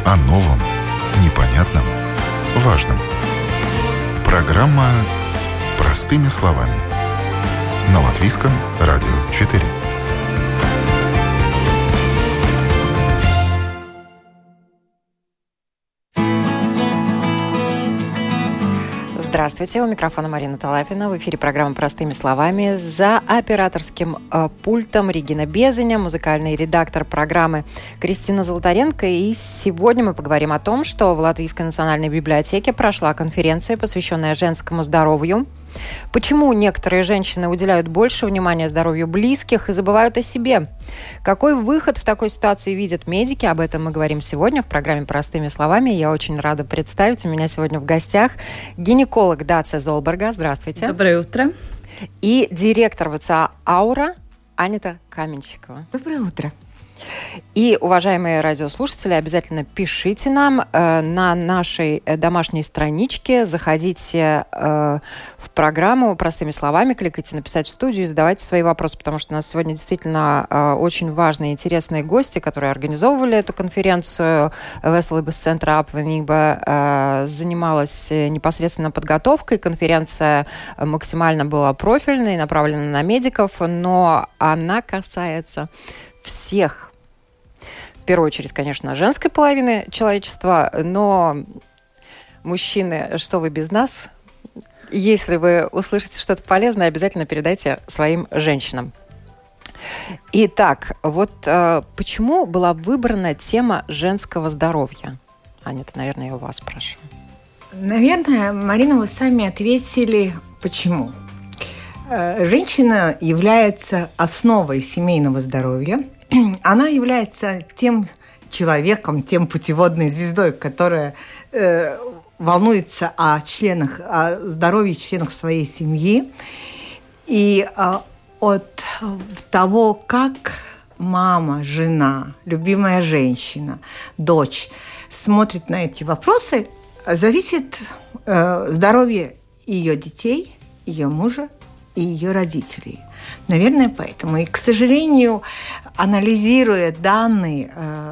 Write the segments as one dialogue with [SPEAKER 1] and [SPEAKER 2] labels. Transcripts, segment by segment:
[SPEAKER 1] О новом, непонятном, важном. Программа «Простыми словами» на Латвийском радио 4.
[SPEAKER 2] Здравствуйте, у микрофона Марина Талапина. В эфире программа «Простыми словами». За операторским пультом Регина Безеня, музыкальный редактор программы Кристина Золотаренко. И сегодня мы поговорим о том, что в Латвийской национальной библиотеке прошла конференция, посвященная женскому здоровью. Почему некоторые женщины уделяют больше внимания здоровью близких и забывают о себе? Какой выход в такой ситуации видят медики? Об этом мы говорим сегодня в программе «Простыми словами». Я очень рада представить. У меня сегодня в гостях гинеколог Даце Золберга. Здравствуйте.
[SPEAKER 3] Доброе утро.
[SPEAKER 2] И директор ВЦА «Аура» Анита Каменщикова.
[SPEAKER 4] Доброе утро.
[SPEAKER 2] И, уважаемые радиослушатели, обязательно пишите нам на нашей домашней страничке, заходите в программу «Простыми словами», кликайте «Написать в студию» и задавайте свои вопросы, потому что у нас сегодня действительно очень важные и интересные гости, которые организовывали эту конференцию. Веселības-центра Апвенība занималась непосредственно подготовкой. Конференция максимально была профильной, направлена на медиков, но она касается всех. В первую очередь, конечно, женской половины человечества, но мужчины, что вы без нас? Если вы услышите что-то полезное, обязательно передайте своим женщинам. Итак, вот почему была выбрана тема женского здоровья? Анита, наверное, я у вас спрошу.
[SPEAKER 4] Наверное, Марина, вы сами ответили, почему. Женщина является основой семейного здоровья. Она является тем человеком, тем путеводной звездой, которая волнуется о здоровье членов своей семьи. И от того, как мама, жена, любимая женщина, дочь смотрит на эти вопросы, зависит здоровье ее детей, ее мужа и ее родителей. Наверное, поэтому. И, к сожалению, анализируя данные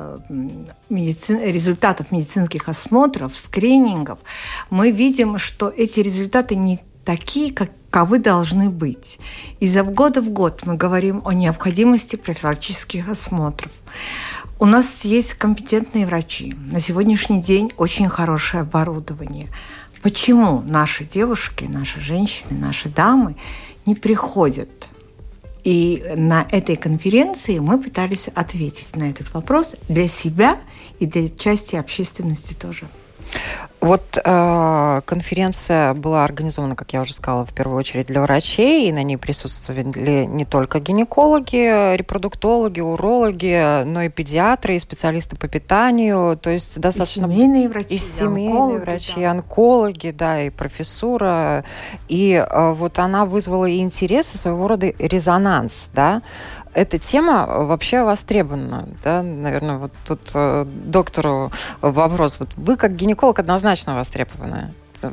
[SPEAKER 4] результатов медицинских осмотров, скринингов, мы видим, что эти результаты не такие, каковы должны быть. Из года в год мы говорим о необходимости профилактических осмотров. У нас есть компетентные врачи. На сегодняшний день очень хорошее оборудование. Почему наши девушки, наши женщины, наши дамы не приходят? И на этой конференции мы пытались ответить на этот вопрос для себя и для части общественности тоже.
[SPEAKER 2] Вот конференция была организована, как я уже сказала, в первую очередь для врачей, и на ней присутствовали не только гинекологи, репродуктологи, урологи, но и педиатры, и специалисты по питанию, то есть достаточно...
[SPEAKER 4] И семейные врачи,
[SPEAKER 2] и семейные врачи, да. Онкологи, да, и профессура. И вот она вызвала и интерес, и своего рода резонанс, да. Эта тема вообще востребована, да, наверное, вот тут доктору вопрос. Вот вы как гинеколог однозначно востребованы.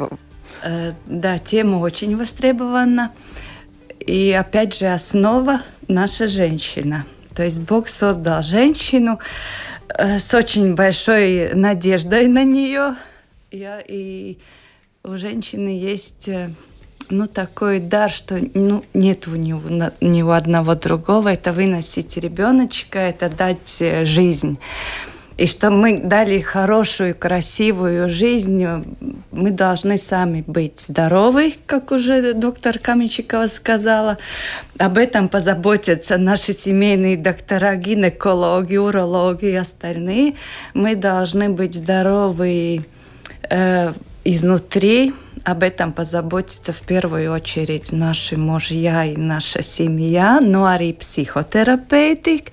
[SPEAKER 3] Да, тема очень востребована. И опять же основа наша женщина. То есть Бог создал женщину с очень большой надеждой на нее. И у женщины есть... такой дар, что нет у него ни у одного другого. Это выносить ребеночка, это дать жизнь. И чтобы мы дали хорошую, красивую жизнь, мы должны сами быть здоровы, как уже доктор Каменщикова сказала. Об этом позаботятся наши семейные доктора, гинекологи, урологи и остальные. Мы должны быть здоровы изнутри. Об этом позаботиться в первую очередь наши мужья и наша семья, но и психотерапевты,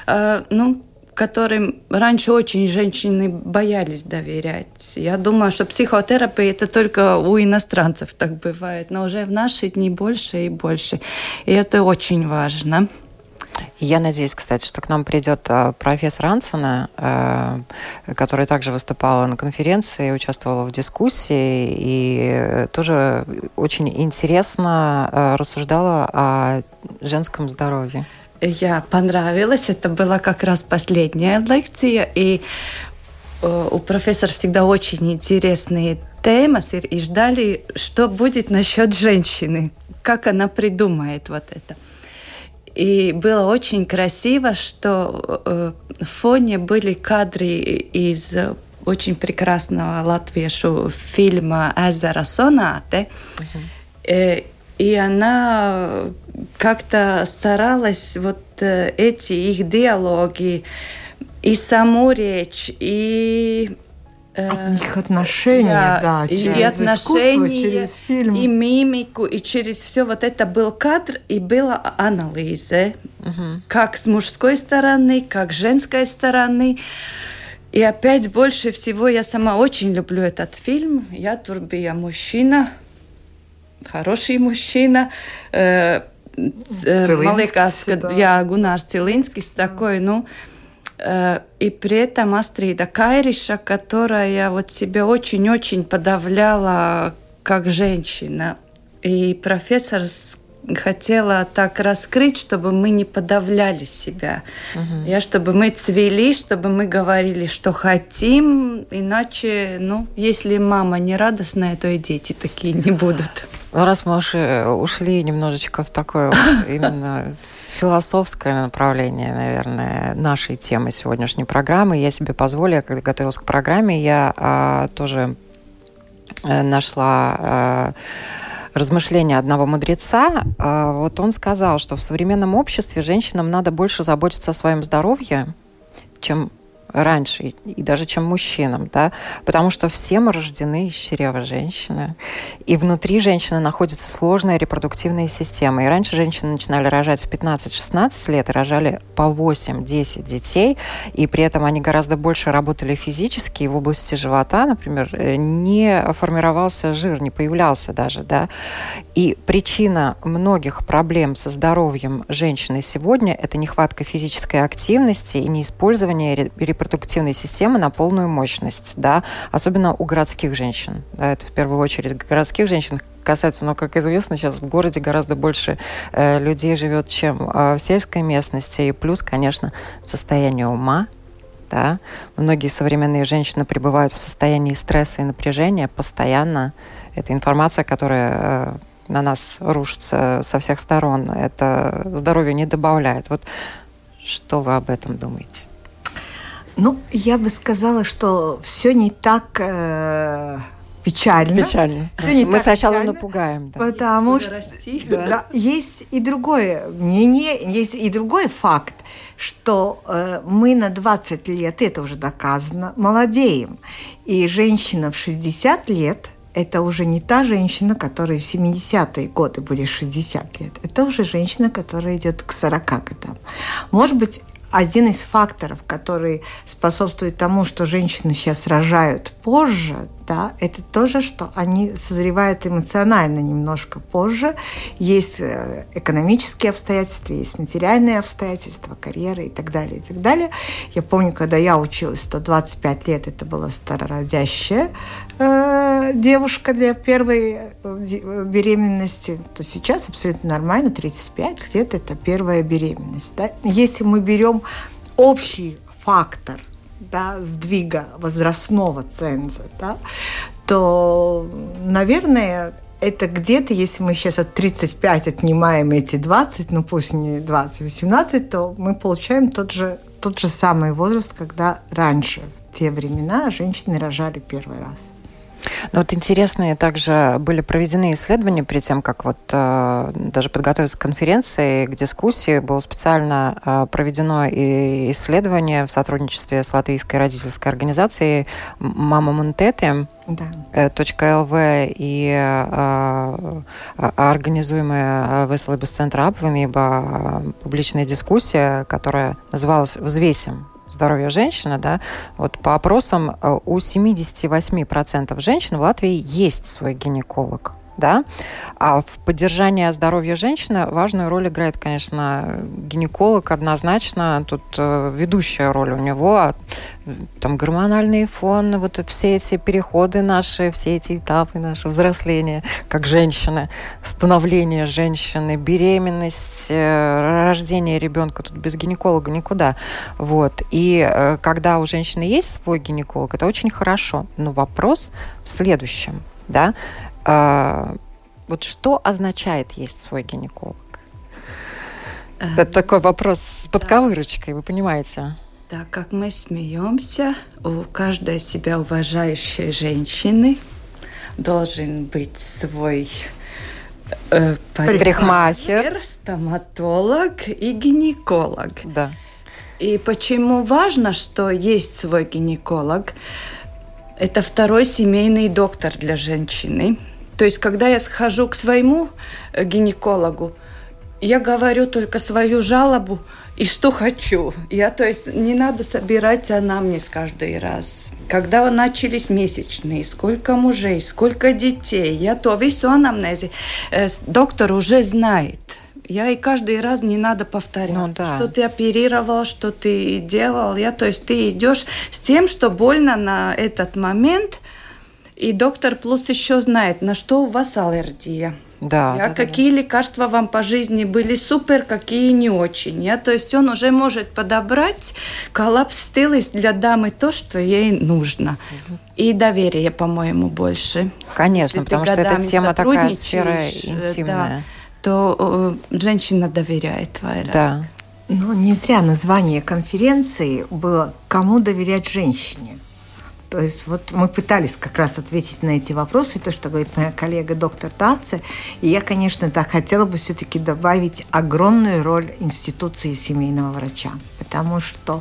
[SPEAKER 3] которым раньше очень женщины боялись доверять. Я думаю, что психотерапия это только у иностранцев так бывает, но уже в наши дни больше и больше. И это очень важно.
[SPEAKER 2] Я надеюсь, кстати, что к нам придет профессор Ансона, которая также выступала на конференции, участвовала в дискуссии и тоже очень интересно рассуждала о женском здоровье.
[SPEAKER 3] Я понравилась. Это была как раз последняя лекция. И у профессора всегда очень интересные темы, и ждали, что будет насчет женщины, как она придумает вот это. И было очень красиво, что в фоне были кадры из очень прекрасного латвийского фильма «Эзера сонате». И она как-то старалась вот эти их диалоги, и саму речь, и
[SPEAKER 4] их отношения, да, через искусство, через фильм.
[SPEAKER 3] И мимику, и через все вот это был кадр, и была анализа, как с мужской стороны, как с женской стороны. И опять больше всего я сама очень люблю этот фильм. Я турбия мужчина, хороший мужчина. Гунарс Целинскис такой, и при этом Астрида Кайриша, которая вот себя очень-очень подавляла как женщина. И профессор хотела так раскрыть, чтобы мы не подавляли себя. Чтобы мы цвели, чтобы мы говорили, что хотим. Иначе, если мама не радостная, то и дети такие не будут.
[SPEAKER 2] Раз мы ушли немножечко в такое именно философское направление, наверное, нашей темы сегодняшней программы, я себе позволила, когда готовилась к программе, я тоже нашла размышления одного мудреца. Вот он сказал, что в современном обществе женщинам надо больше заботиться о своем здоровье, чем раньше, и даже чем мужчинам, да, потому что все мы рождены из чрева женщины, и внутри женщины находится сложная репродуктивная система. И раньше женщины начинали рожать в 15-16 лет и рожали по 8-10 детей, и при этом они гораздо больше работали физически, и в области живота, например, не формировался жир, не появлялся даже, да. И причина многих проблем со здоровьем женщины сегодня – это нехватка физической активности и неиспользование репродуктивной системы на полную мощность, да, особенно у городских женщин. Да, это в первую очередь городских женщин касается, но, как известно, сейчас в городе гораздо больше людей живет, чем в сельской местности. И плюс, конечно, состояние ума. Да. Многие современные женщины пребывают в состоянии стресса и напряжения постоянно. Это информация, которая на нас рушится со всех сторон. Это здоровье не добавляет. Вот что вы об этом думаете?
[SPEAKER 4] Я бы сказала, что все не так печально.
[SPEAKER 2] Все не Мы так сначала печально, напугаем. Да.
[SPEAKER 4] Потому что есть и другое мнение, есть и другой факт, что мы на 20 лет, это уже доказано, молодеем. И женщина в 60 лет – это уже не та женщина, которая в 70-е годы были 60 лет. Это уже женщина, которая идет к 40 годам. Может быть, один из факторов, который способствует тому, что женщины сейчас рожают позже, да, это тоже, что они созревают эмоционально немножко позже. Есть экономические обстоятельства, есть материальные обстоятельства, карьера и так далее, и так далее. Я помню, когда я училась, то 25 лет это была старородящая девушка для первой беременности, то сейчас абсолютно нормально, 35 лет это первая беременность. Да? Если мы берем общий фактор, да, сдвига возрастного ценза, да, то, наверное, это где-то, если мы сейчас от 35 отнимаем эти 20, пусть не 20, 18, то мы получаем тот же самый возраст, когда раньше, в те времена, женщины рожали первый раз.
[SPEAKER 2] Вот интересные также были проведены исследования перед тем, как даже подготовиться к конференции, к дискуссии. Было специально проведено исследование в сотрудничестве с латвийской родительской организацией «Мама Мунтети», .lv и организуемая Веселый Центр Апвинība публичная дискуссия, которая называлась «Взвесим здоровья женщины», да, вот по опросам у 78% женщин в Латвии есть свой гинеколог. да? А в поддержании здоровья женщины важную роль играет, конечно, гинеколог однозначно. Тут ведущая роль у него. Там гормональный фон, вот все эти переходы наши, все эти этапы нашего взросления как женщины, становление женщины, беременность, рождение ребенка. Тут без гинеколога никуда. Вот. И когда у женщины есть свой гинеколог, это очень хорошо. Но вопрос в следующем, да? Вот что означает есть свой гинеколог? Это такой вопрос с подковырочкой, вы понимаете?
[SPEAKER 3] Да, как мы смеемся, у каждой себя уважающей женщины должен быть свой парикмахер, стоматолог и гинеколог.
[SPEAKER 2] Да.
[SPEAKER 3] И почему важно, что есть свой гинеколог? Это второй семейный доктор для женщины. То есть, когда я схожу к своему гинекологу, я говорю только свою жалобу и что хочу. То есть, не надо собирать анамнез каждый раз. Когда начались месячные, сколько мужей, сколько детей, я то вису анамнези. Доктор уже знает. И каждый раз не надо повторять, что ты оперировал, что ты делал. То есть, ты идешь с тем, что больно на этот момент. И доктор плюс еще знает, на что у вас аллергия. Какие лекарства вам по жизни были супер, какие не очень. То есть он уже может подобрать коллапс-стилис для дамы то, что ей нужно. И доверие, по-моему, больше.
[SPEAKER 2] Конечно, потому что эта тема такая сфера интимная.
[SPEAKER 3] То женщина доверяет.
[SPEAKER 2] Да.
[SPEAKER 4] Но не зря название конференции было «Кому доверять женщине?». То есть вот мы пытались как раз ответить на эти вопросы, то, что говорит моя коллега доктор Таце. И я, конечно, хотела бы все-таки добавить огромную роль институции семейного врача. Потому что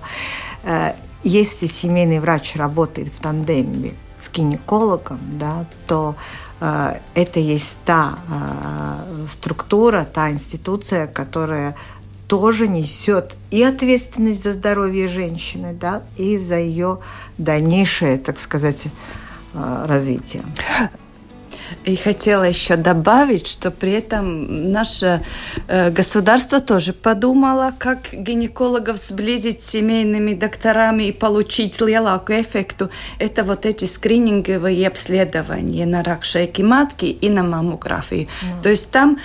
[SPEAKER 4] если семейный врач работает в тандеме с гинекологом, да, то это есть та структура, та институция, которая тоже несет и ответственность за здоровье женщины, да, и за ее дальнейшее, так сказать, развитие.
[SPEAKER 3] И хотела еще добавить, что при этом наше государство тоже подумало, как гинекологов сблизить с семейными докторами и получить lielāku эффекту. Это вот эти скрининговые обследования на рак шейки матки и на маммографию. То есть там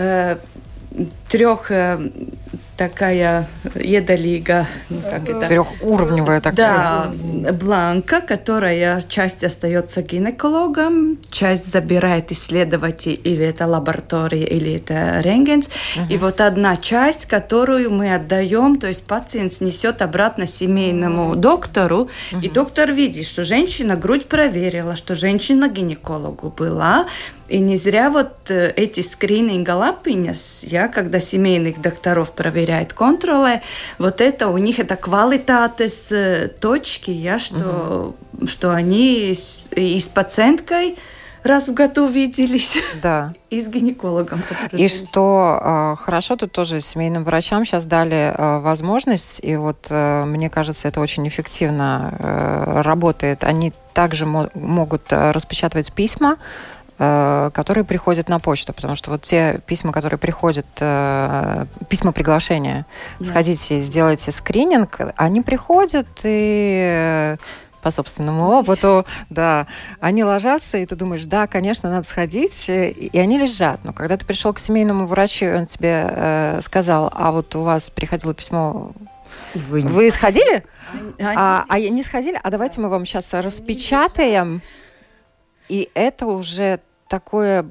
[SPEAKER 3] такая едолига,
[SPEAKER 2] трехуровневая такая.
[SPEAKER 3] Да, бланка, которая часть остается гинекологом, часть забирает исследователь, или это лаборатория, или это рентген. И вот одна часть, которую мы отдаем, то есть пациент несет обратно семейному доктору, и доктор видит, что женщина грудь проверила, что женщина гинекологу была. И не зря вот эти скрининга лапиņas, когда семейных докторов проверяют контролы, вот это у них это квалитатес точки, что они и с пациенткой раз в году виделись,
[SPEAKER 2] да.
[SPEAKER 3] И с гинекологом.
[SPEAKER 2] И что хорошо, тут тоже семейным врачам сейчас дали возможность, и вот мне кажется, это очень эффективно работает. Они также могут распечатывать письма, которые приходят на почту, потому что вот те письма, которые приходят, письма приглашения, сходите, сделайте скрининг, они приходят и по собственному опыту, да, они ложатся, и ты думаешь, да, конечно, надо сходить, и они лежат. Но когда ты пришел к семейному врачу, и он тебе сказал, а вот у вас приходило письмо, вы сходили? А не сходили? А давайте мы вам сейчас распечатаем. И это уже такое,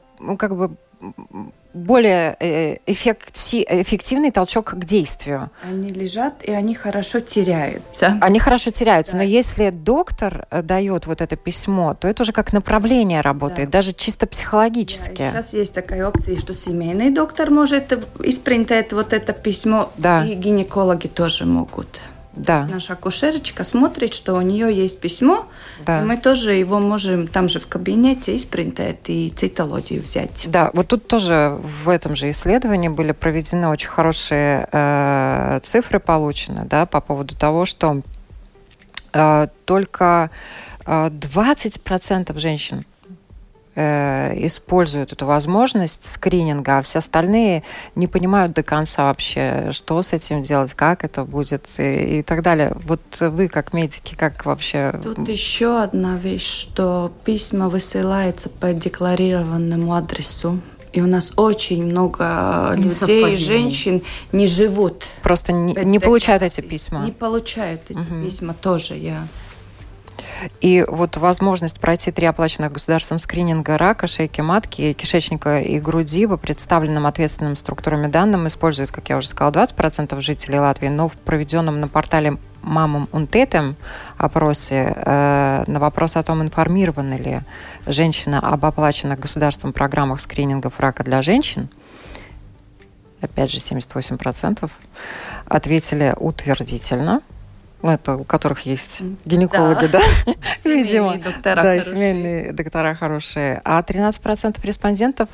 [SPEAKER 2] более эффективный толчок к действию.
[SPEAKER 3] Они лежат, и они хорошо теряются.
[SPEAKER 2] Да. Но если доктор дает вот это письмо, то это уже как направление работает, даже чисто психологически.
[SPEAKER 3] Да, сейчас есть такая опция, что семейный доктор может испринтать вот это письмо, и гинекологи тоже могут.
[SPEAKER 2] Да.
[SPEAKER 3] Наша акушерочка смотрит, что у нее есть письмо, и мы тоже его можем там же в кабинете испринтать и цитологию взять.
[SPEAKER 2] Да, вот тут тоже в этом же исследовании были проведены очень хорошие цифры получены, да, по поводу того, что только 20% женщин используют эту возможность скрининга, а все остальные не понимают до конца вообще, что с этим делать, как это будет и так далее. Вот вы, как медики, как вообще...
[SPEAKER 3] Тут еще одна вещь, что письма высылаются по декларированному адресу. И у нас очень много людей, женщин не живут.
[SPEAKER 2] Просто не получают эти письма.
[SPEAKER 3] Не получают эти письма тоже,
[SPEAKER 2] И вот возможность пройти 3 оплаченных государством скрининга рака, шейки матки, кишечника и груди по представленным ответственным структурами данным используют, как я уже сказала, 20% жителей Латвии, но в проведенном на портале «Мамам Унтетем» опросе на вопрос о том, информированы ли женщины об оплаченных государством программах скринингов рака для женщин, опять же 78% ответили утвердительно. Это у которых есть гинекологи, да? Видимо. Да, семейные доктора хорошие. А 13% респондентов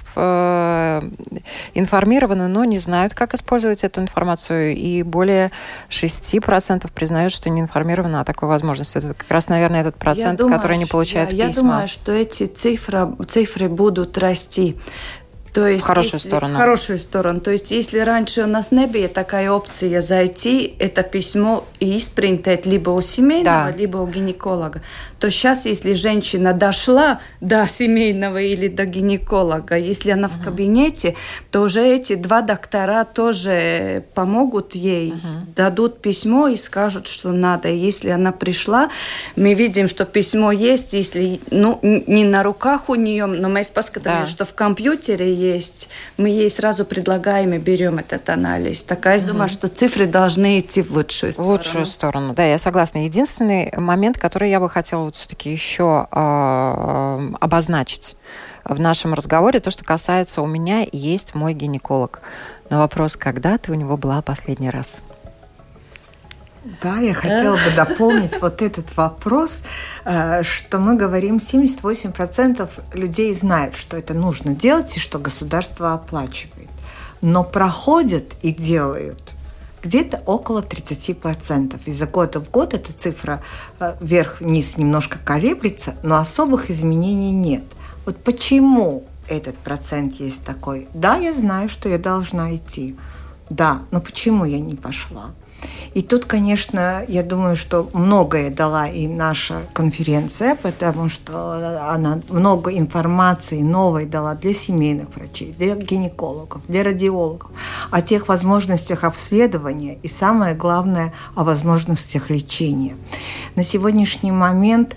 [SPEAKER 2] информированы, но не знают, как использовать эту информацию. И более 6% признают, что не информированы о такой возможности. Это как раз, наверное, этот процент, который не получает письма.
[SPEAKER 3] Я думаю, что эти цифры будут расти. То есть,
[SPEAKER 2] в хорошую сторону.
[SPEAKER 3] В хорошую сторону. То есть, если раньше у нас не было такая опция зайти, это письмо и испринтать либо у семейного, либо у гинеколога, то сейчас, если женщина дошла до семейного или до гинеколога, если она в кабинете, то уже эти 2 доктора тоже помогут ей, дадут письмо и скажут, что надо. И если она пришла, мы видим, что письмо есть, если не на руках у нее, но мы посмотрели, что в компьютере есть, мы ей сразу предлагаем и берем этот анализ. Так я думаю, что цифры должны идти в лучшую сторону.
[SPEAKER 2] В лучшую сторону, да, я согласна. Единственный момент, который я бы хотела вот все-таки еще обозначить в нашем разговоре, то, что касается, у меня есть мой гинеколог. Но вопрос, когда ты у него была последний раз?
[SPEAKER 4] Да, я хотела бы дополнить вот этот вопрос, что мы говорим, 78% людей знают, что это нужно делать и что государство оплачивает. Но проходят и делают где-то около 30%. Из-за года в год эта цифра вверх-вниз немножко колеблется, но особых изменений нет. Вот почему этот процент есть такой? Да, я знаю, что я должна идти. Да, но почему я не пошла? И тут, конечно, я думаю, что многое дала и наша конференция, потому что она много информации новой дала для семейных врачей, для гинекологов, для радиологов, о тех возможностях обследования и, самое главное, о возможностях лечения. На сегодняшний момент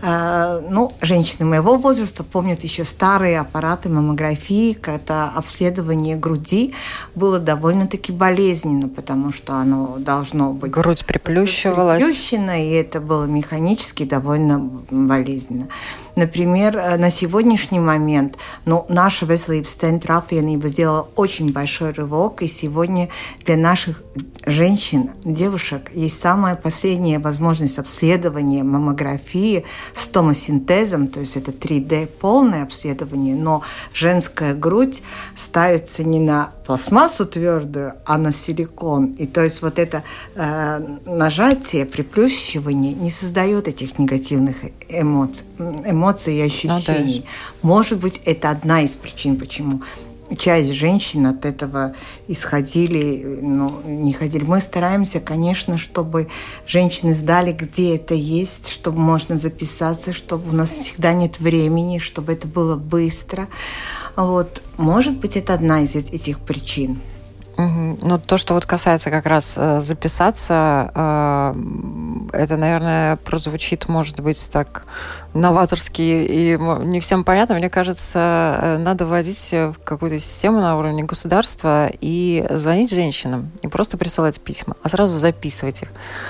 [SPEAKER 4] женщины моего возраста помнят еще старые аппараты маммографии, когда обследование груди было довольно-таки болезненно, потому что оно должно быть...
[SPEAKER 2] Грудь приплющивалась.
[SPEAKER 4] И это было механически довольно болезненно. Например, на сегодняшний момент наша Veselības centra apvienība сделала очень большой рывок, и сегодня для наших женщин, девушек, есть самая последняя возможность обследования маммографии с томосинтезом, то есть это 3D полное обследование, но женская грудь ставится не на пластмассу твердую, а на силикон. И то есть вот это нажатие, приплющивание не создает этих негативных эмоций и ощущений. Может быть, это одна из причин, почему часть женщин от этого исходили, не ходили. Мы стараемся, конечно, чтобы женщины знали, где это есть, чтобы можно записаться, чтобы у нас всегда нет времени, чтобы это было быстро. Вот. Может быть, это одна из этих причин.
[SPEAKER 2] Ну, то, что вот касается как раз записаться, это, наверное, прозвучит, может быть, так новаторски и не всем понятно. Мне кажется, надо вводить в какую-то систему на уровне государства и звонить женщинам. Не просто присылать письма, а сразу записывать их.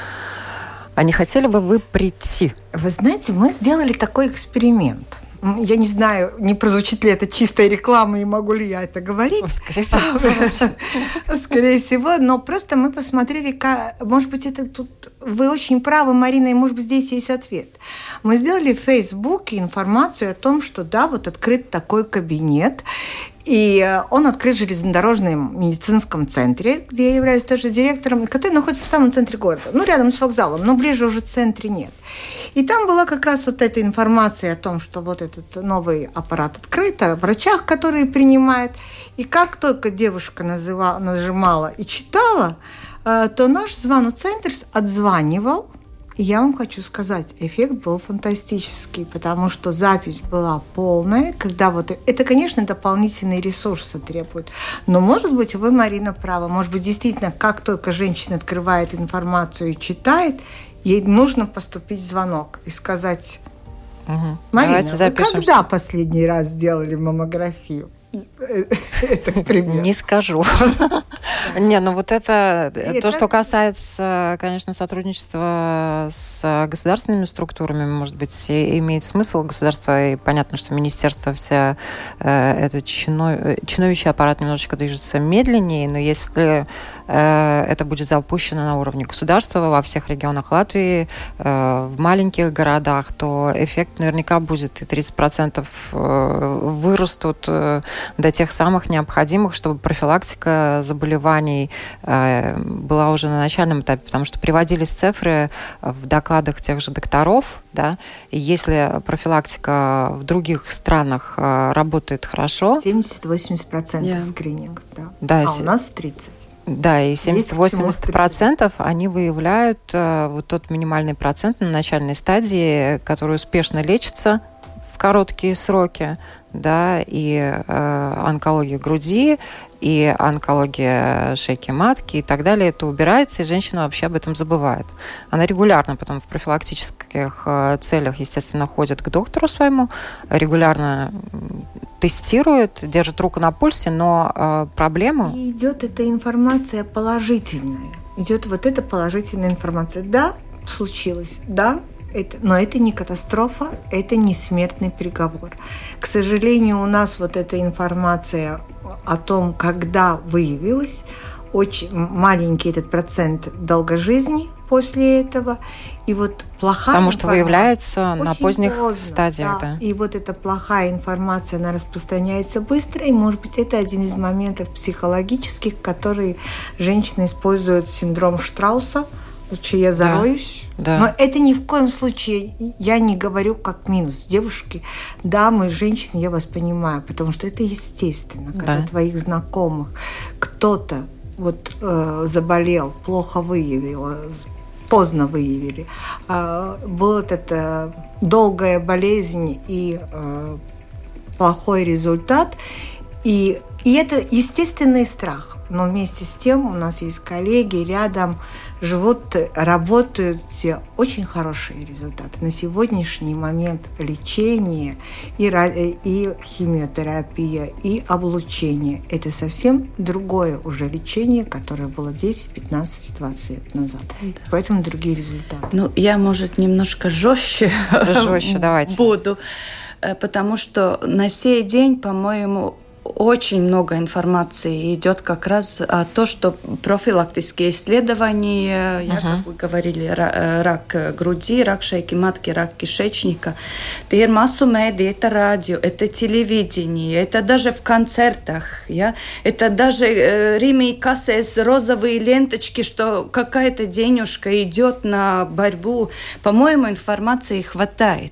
[SPEAKER 2] А не хотели бы вы прийти?
[SPEAKER 4] Вы знаете, мы сделали такой эксперимент. Я не знаю, не прозвучит ли это чистая реклама, и могу ли я это говорить. Скорее всего, но просто мы посмотрели, может быть, это тут... Вы очень правы, Марина, и, может быть, здесь есть ответ. Мы сделали в Фейсбуке информацию о том, что да, вот открыт такой кабинет, И он открыт в железнодорожном медицинском центре, где я являюсь тоже директором, и который находится в самом центре города, рядом с вокзалом, но ближе уже в центре нет. И там была как раз вот эта информация о том, что вот этот новый аппарат открыт, о врачах, которые принимают. И как только девушка нажимала и читала, то наш звонок-центр отзванивал. И я вам хочу сказать, эффект был фантастический, потому что запись была полная, когда это, конечно, дополнительные ресурсы требуют. Но, может быть, вы, Марина, права. Может быть, действительно, как только женщина открывает информацию и читает, ей нужно поступить звонок и сказать: Марина, вы когда последний раз сделали маммографию? Это пример.
[SPEAKER 2] Не скажу. Не, это то, что касается, конечно, сотрудничества с государственными структурами, может быть, имеет смысл. Государство, и понятно, что министерство, вся этот чиновничий аппарат немножечко движется медленнее, но если это будет запущено на уровне государства во всех регионах Латвии, в маленьких городах, то эффект наверняка будет, и 30% вырастут до тех самых необходимых, чтобы профилактика заболеваний была уже на начальном этапе, потому что приводились цифры в докладах тех же докторов, да, и если профилактика в других странах работает хорошо...
[SPEAKER 4] 70-80% скрининг, да. У нас 30%.
[SPEAKER 2] Да, и 70-80% они выявляют вот тот минимальный процент на начальной стадии, который успешно лечится в короткие сроки, да, и онкология груди, и онкология шейки матки и так далее, это убирается, и женщина вообще об этом забывает. Она регулярно потом в профилактических целях, естественно, ходит к доктору своему, регулярно тестирует, держит руку на пульсе, но проблему...
[SPEAKER 4] И идет эта информация положительная. Идет вот эта положительная информация. Да, случилось, да, но это не катастрофа, это не смертный приговор. К сожалению, у нас вот эта информация о том, когда выявилась, очень маленький этот процент долгожизни после этого. И вот плохая
[SPEAKER 2] Потому что выявляется на поздних стадиях.
[SPEAKER 4] Да. И вот эта плохая информация, она распространяется быстро. И, может быть, это один из моментов психологических, которые женщины используют синдром Штрауса. Лучше я зароюсь.
[SPEAKER 2] Да.
[SPEAKER 4] Но это ни в коем случае, я не говорю как минус. Девушки, дамы, женщины, я вас понимаю, потому что это естественно, когда твоих знакомых кто-то заболел, плохо выявил, поздно выявили. Была это долгая болезнь и плохой результат. И это естественный страх. Но вместе с тем у нас есть коллеги рядом, живут, работают все очень хорошие результаты. На сегодняшний момент лечение и химиотерапия, и облучение – это совсем другое уже лечение, которое было 10, 15, 20 лет назад. Да. Поэтому другие результаты.
[SPEAKER 3] Я, может, немножко жестче
[SPEAKER 2] давайте.
[SPEAKER 3] Буду, потому что на сей день, по-моему, очень много информации идет как раз о том, что профилактические исследования, как вы говорили, рак груди, рак шейки матки, рак кишечника, это массу медиа, это радио, это телевидение, это даже в концертах, это даже Рими Кассес, розовые ленточки, что какая-то денежка идет на борьбу. По-моему, информации хватает.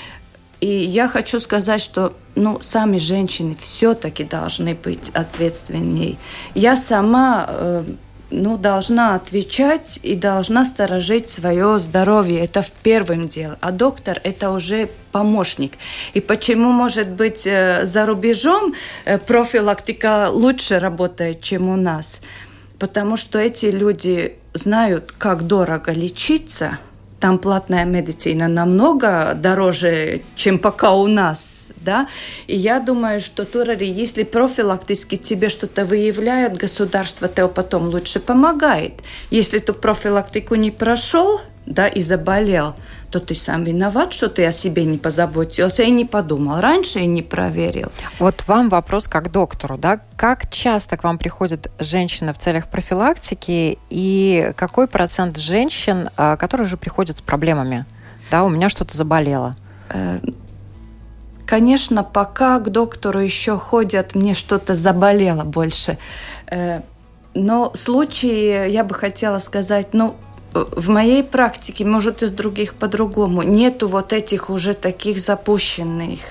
[SPEAKER 3] И я хочу сказать, что сами женщины все-таки должны быть ответственнее. Я сама должна отвечать и должна сторожить свое здоровье. Это в первом деле. А доктор – это уже помощник. И почему, может быть, за рубежом профилактика лучше работает, чем у нас? Потому что эти люди знают, как дорого лечиться. Там платная медицина намного дороже, чем пока у нас, да. И я думаю, что если профилактически тебе что-то выявляет, государство тебе потом лучше помогает. Если ты профилактику не прошел, да, и заболел, то ты сам виноват, что ты о себе не позаботился и не подумал раньше и не проверил.
[SPEAKER 2] Вот вам вопрос как доктору, да? Как часто к вам приходят женщины в целях профилактики и какой процент женщин, которые уже приходят с проблемами? Да, у меня что-то заболело.
[SPEAKER 3] конечно, пока к доктору еще ходят, мне что-то заболело больше. Но случаи, я бы хотела сказать, в моей практике, может, и в других по-другому, нету вот этих уже таких запущенных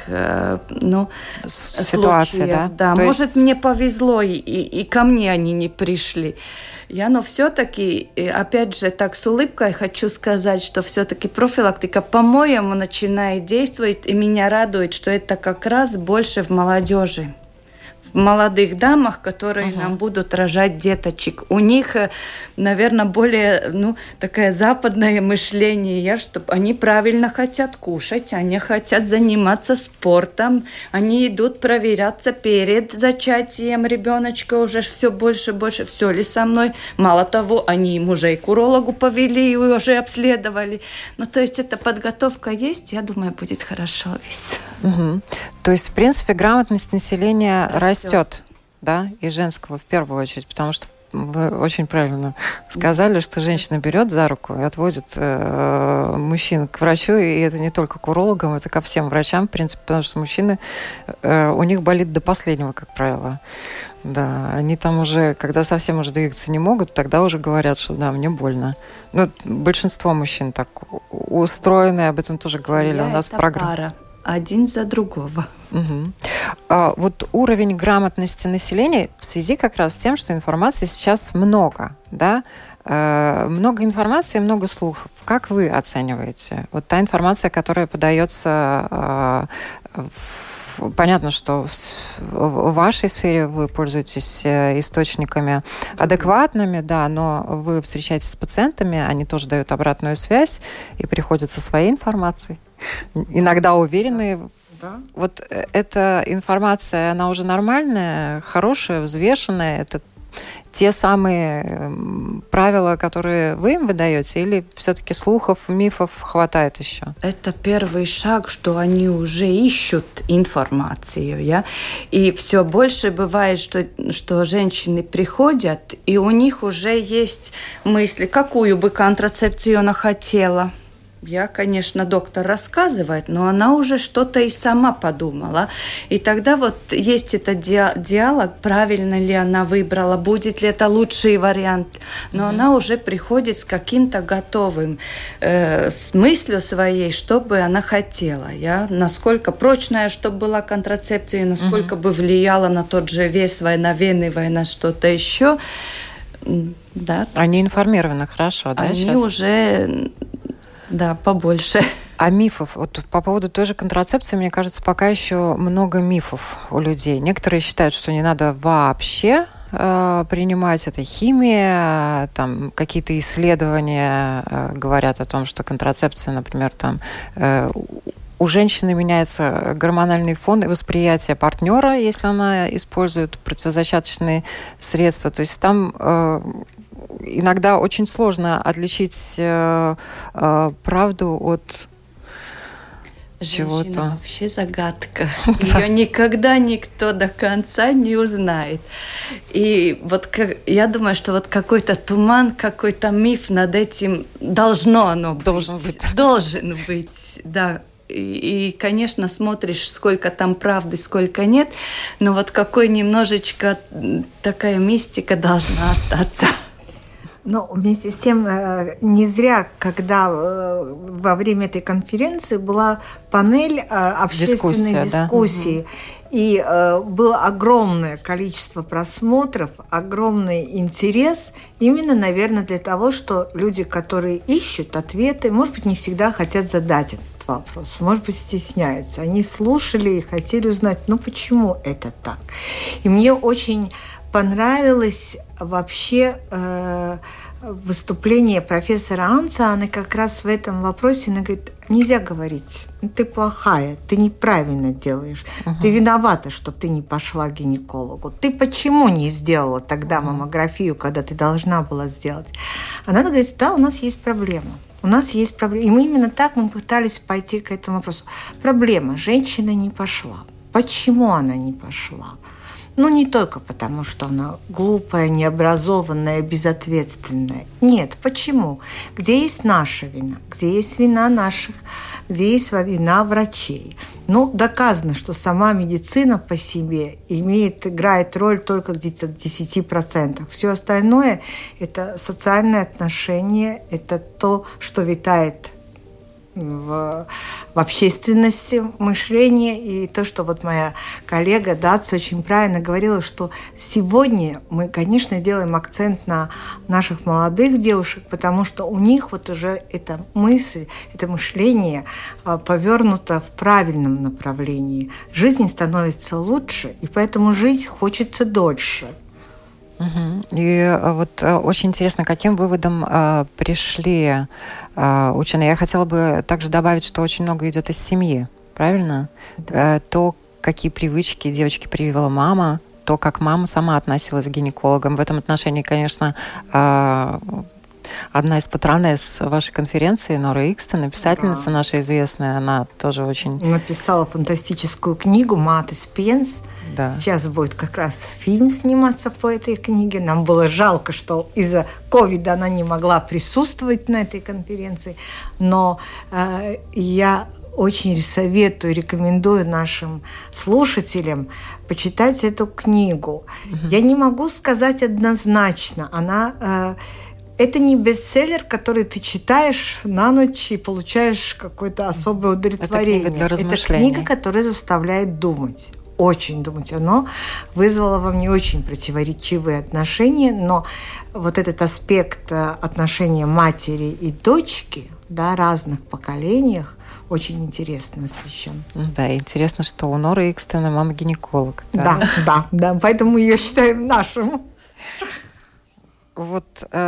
[SPEAKER 2] ситуаций,
[SPEAKER 3] случаев. Да? Может, мне повезло, и ко мне они не пришли. Но все-таки, опять же, так с улыбкой хочу сказать, что все-таки профилактика, по-моему, начинает действовать, и меня радует, что это как раз больше в молодежи. В молодых дамах, которые нам будут рожать деточек. У них, наверное, более такое западное мышление, что они правильно хотят кушать, они хотят заниматься спортом, они идут проверяться перед зачатием ребеночка уже все больше и больше, все ли со мной. Мало того, они им уже и к урологу повели, и уже обследовали. То есть эта подготовка есть, я думаю, будет хорошо весь.
[SPEAKER 2] То есть, в принципе, грамотность населения растет, да, и женского в первую очередь, потому что вы очень правильно сказали, что женщина берет за руку и отводит мужчин к врачу, и это не только к урологам, это ко всем врачам, в принципе, потому что мужчины, у них болит до последнего, как правило. Да, они там уже, когда совсем уже двигаться не могут, тогда уже говорят, что да, мне больно. Большинство мужчин так устроены, об этом тоже говорили у нас в программе.
[SPEAKER 3] Один за другого.
[SPEAKER 2] Вот уровень грамотности населения в связи как раз с тем, что информации сейчас много, да? Много информации, много слухов. Как вы оцениваете? Вот та информация, которая подается, понятно, что в вашей сфере вы пользуетесь источниками адекватными, да, но вы встречаетесь с пациентами, они тоже дают обратную связь и приходят со своей информацией. Иногда уверенные. Да. Вот эта информация, она уже нормальная, хорошая, взвешенная? Это те самые правила, которые вы им выдаете, или все-таки слухов, мифов хватает еще?
[SPEAKER 3] Это первый шаг, что они уже ищут информацию. И все больше бывает, что женщины приходят, и у них уже есть мысли, какую бы контрацепцию она хотела. Конечно, доктор рассказывает, но она уже что-то и сама подумала. И тогда вот есть этот диалог, правильно ли она выбрала, будет ли это лучший вариант. Но она уже приходит с каким-то готовым, с мыслью своей, что бы она хотела. Насколько прочная, чтобы была контрацепция, насколько бы влияла на тот же вес, на вены, на что-то еще. Да.
[SPEAKER 2] Они информированы хорошо, да?
[SPEAKER 3] Они
[SPEAKER 2] сейчас?
[SPEAKER 3] Уже... Да, побольше.
[SPEAKER 2] А мифов? Вот по поводу той же контрацепции, мне кажется, пока еще много мифов у людей. Некоторые считают, что не надо вообще принимать, это химия, там какие-то исследования говорят о том, что контрацепция, например, там у женщины меняется гормональный фон и восприятие партнера, если она использует противозачаточные средства. То есть там иногда очень сложно отличить правду от чего-то.
[SPEAKER 3] Женщина вообще загадка. Ее никогда никто до конца не узнает. И вот я думаю, что вот какой-то туман, какой-то миф над этим должен быть, да. И, конечно, смотришь, сколько там правды, сколько нет, но вот какой немножечко такая мистика должна остаться.
[SPEAKER 4] Но вместе с тем, не зря, когда во время этой конференции была панель общественной дискуссии, и было огромное количество просмотров, огромный интерес, именно, наверное, для того, что люди, которые ищут ответы, может быть, не всегда хотят задать этот вопрос, может быть, стесняются. Они слушали и хотели узнать, почему это так. И мне очень понравилось вообще выступление профессора Анца. Она как раз в этом вопросе, она говорит, нельзя говорить, ты плохая, ты неправильно делаешь, ты виновата, что ты не пошла к гинекологу, ты почему не сделала тогда маммографию, когда ты должна была сделать? Она говорит, да, у нас есть проблема. У нас есть проблема. И мы именно так мы пытались пойти к этому вопросу. Проблема. Женщина не пошла. Почему она не пошла? Ну, не только потому, что она глупая, необразованная, безответственная. Нет, почему? Где есть наша вина? Где есть вина наших? Где есть вина врачей? Ну, доказано, что сама медицина по себе играет роль только где-то в 10%. Все остальное – это социальные отношения, это то, что витает в общественности мышления, и то, что вот моя коллега Даца очень правильно говорила, что сегодня мы, конечно, делаем акцент на наших молодых девушек, потому что у них вот уже эта мысль, это мышление повернуто в правильном направлении. Жизнь становится лучше, и поэтому жить хочется дольше.
[SPEAKER 2] И вот очень интересно, каким выводом пришли ученые. Я хотела бы также добавить, что очень много идет из семьи, правильно? Да. То, какие привычки девочке привила мама, то, как мама сама относилась к гинекологам. В этом отношении, конечно, одна из патронесс вашей конференции, Нора Икстена, писательница наша известная, она тоже очень...
[SPEAKER 4] Написала фантастическую книгу «Мата Спенс». Да. Сейчас будет как раз фильм сниматься по этой книге. Нам было жалко, что из-за ковида она не могла присутствовать на этой конференции. Но я очень советую, рекомендую нашим слушателям почитать эту книгу. Я не могу сказать однозначно. Это не бестселлер, который ты читаешь на ночь и получаешь какое-то особое удовлетворение.
[SPEAKER 2] Это книга для размышлений.
[SPEAKER 4] Это книга, которая заставляет думать. Очень думать. Оно вызвало во мне очень противоречивые отношения, но вот этот аспект отношения матери и дочки, да, разных поколениях, очень интересно освещен.
[SPEAKER 2] Да, интересно, что у Норы Икстена мама гинеколог.
[SPEAKER 4] Да, поэтому мы ее считаем нашим.
[SPEAKER 2] Вот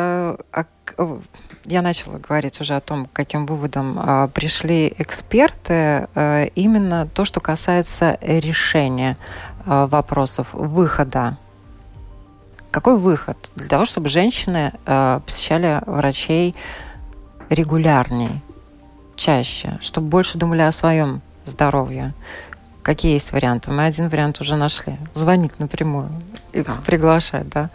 [SPEAKER 2] я начала говорить уже о том, к каким выводам пришли эксперты. Именно то, что касается решения вопросов, выхода. Какой выход для того, чтобы женщины посещали врачей регулярней, чаще, чтобы больше думали о своем здоровье? Какие есть варианты? Мы один вариант уже нашли. Звонить напрямую и приглашать, да?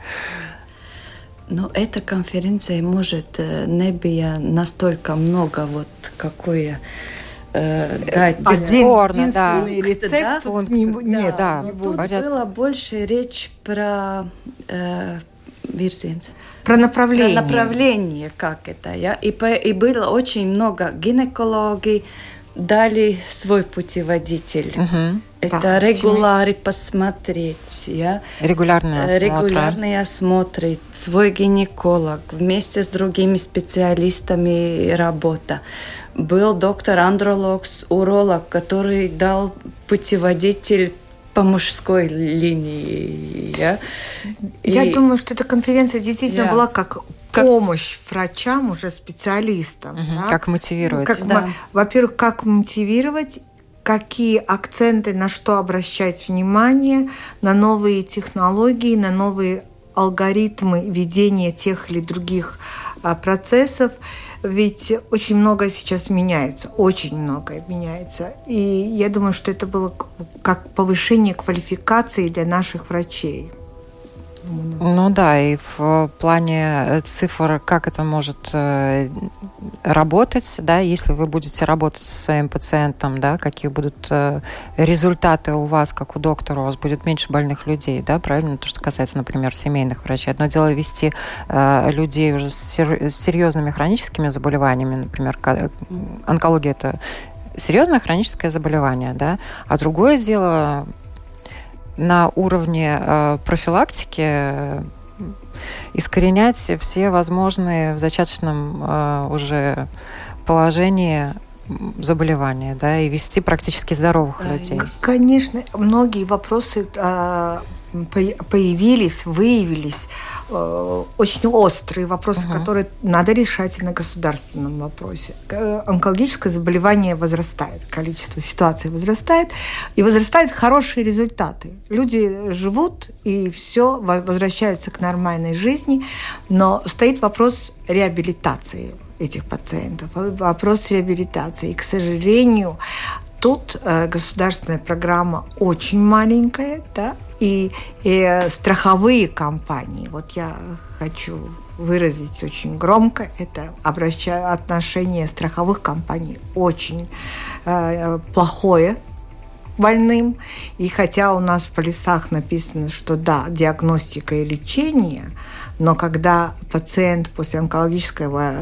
[SPEAKER 3] Но эта конференция, может, не была настолько много, вот какое дать
[SPEAKER 4] единственный рецепт,
[SPEAKER 3] да?
[SPEAKER 4] Нет,
[SPEAKER 3] да. Тут была больше речь про вирзиens.
[SPEAKER 4] Про направление.
[SPEAKER 3] Про направление, как это. И было очень много гинекологий, дали свой путеводитель. Это регулярно посмотреть. Регулярные осмотры, свой гинеколог, вместе с другими специалистами работа. Был доктор-андролог, уролог, который дал путеводитель по мужской линии.
[SPEAKER 4] Я думаю, что эта конференция действительно была как помощь врачам, уже специалистам. Да?
[SPEAKER 2] Как мотивировать.
[SPEAKER 4] Во-первых, как мотивировать, какие акценты, на что обращать внимание, на новые технологии, на новые алгоритмы ведения тех или других процессов. Ведь очень многое сейчас меняется, очень многое меняется. И я думаю, что это было как повышение квалификации для наших врачей.
[SPEAKER 2] Ну да, и в плане цифр, как это может работать, да, если вы будете работать со своим пациентом, да, какие будут результаты у вас, как у доктора, у вас будет меньше больных людей, да, правильно, то, что касается, например, семейных врачей. Одно дело вести людей уже с серьезными хроническими заболеваниями, например, онкология – это серьезное хроническое заболевание, да, а другое дело на уровне профилактики искоренять все возможные в зачаточном уже положении заболевания, да, и вести практически здоровых людей.
[SPEAKER 4] Конечно, многие вопросы появились, выявились, очень острые вопросы, которые надо решать и на государственном вопросе. Онкологическое заболевание возрастает, количество ситуаций возрастает, и возрастают хорошие результаты. Люди живут, и все возвращаются к нормальной жизни, но стоит вопрос реабилитации этих пациентов, вопрос реабилитации. И, к сожалению, тут государственная программа очень маленькая, да, И страховые компании, вот я хочу выразить очень громко, это отношение страховых компаний очень плохое к больным. И хотя у нас в полисах написано, что да, диагностика и лечение, но когда пациент после онкологического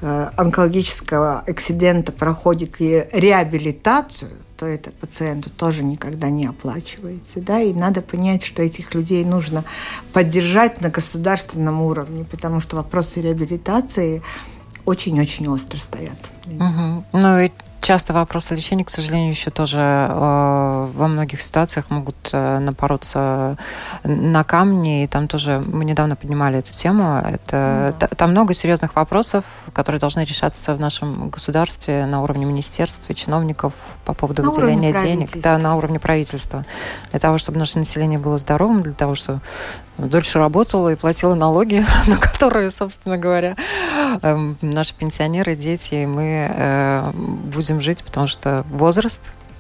[SPEAKER 4] акцидента проходит реабилитацию, то это пациенту тоже никогда не оплачивается. Да? И надо понять, что этих людей нужно поддержать на государственном уровне, потому что вопросы реабилитации очень-очень остро стоят.
[SPEAKER 2] Угу. Ну и часто вопросы лечения, к сожалению, еще тоже во многих ситуациях могут напороться на камни. И там тоже мы недавно поднимали эту тему. Там много серьезных вопросов, которые должны решаться в нашем государстве на уровне министерства, чиновников по поводу выделения денег. Да, на уровне правительства. Для того, чтобы наше население было здоровым, для того, чтобы дольше работала и платила налоги, на которые, собственно говоря, наши пенсионеры, дети, мы будем жить, потому что возраст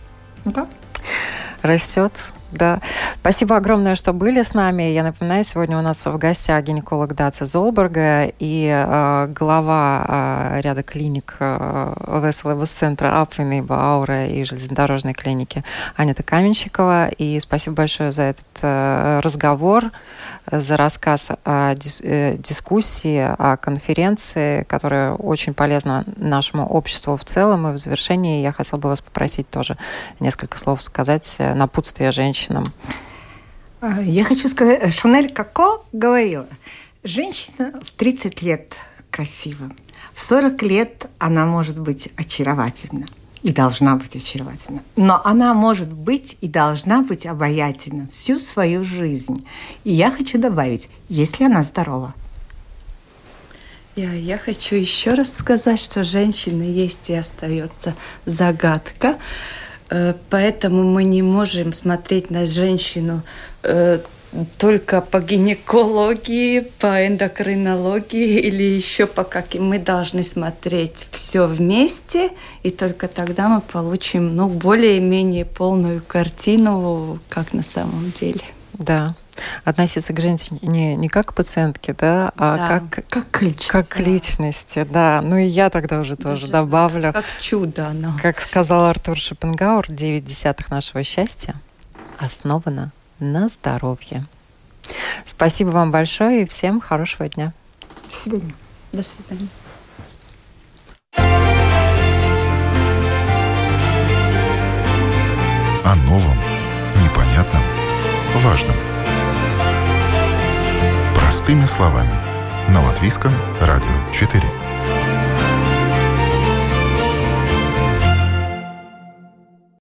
[SPEAKER 2] растет. Да. Спасибо огромное, что были с нами. Я напоминаю, сегодня у нас в гостях гинеколог Даца Золберга и глава ряда клиник ВСЛ-центра Апвинība, Аура и железнодорожной клиники Анета Каменщикова. И спасибо большое за этот разговор, за рассказ о дискуссии, о конференции, которая очень полезна нашему обществу в целом. И в завершении я хотела бы вас попросить тоже несколько слов сказать, напутствие женщинам.
[SPEAKER 4] Я хочу сказать, Шанель Коко говорила, женщина в 30 лет красива, в 40 лет она может быть очаровательна и должна быть очаровательна, но она может быть и должна быть обаятельна всю свою жизнь. И я хочу добавить, если она здорова.
[SPEAKER 3] Я хочу еще раз сказать, что женщина есть и остается загадка. Поэтому мы не можем смотреть на женщину только по гинекологии, по эндокринологии или еще по каким. Мы должны смотреть все вместе, и только тогда мы получим более-менее полную картину, как на самом деле.
[SPEAKER 2] Да. Относиться к женщине не как к пациентке, да, а
[SPEAKER 4] как к личности.
[SPEAKER 2] Как к личности, да. Ну и я тогда уже тоже добавлю.
[SPEAKER 3] Как чудо оно.
[SPEAKER 2] Как сказал Артур Шопенгауэр, 9 нашего счастья основано на здоровье. Спасибо вам большое и всем хорошего дня.
[SPEAKER 4] До свидания.
[SPEAKER 3] До свидания.
[SPEAKER 1] О новом, непонятном, важном. Простыми словами. На Латвийском радио 4.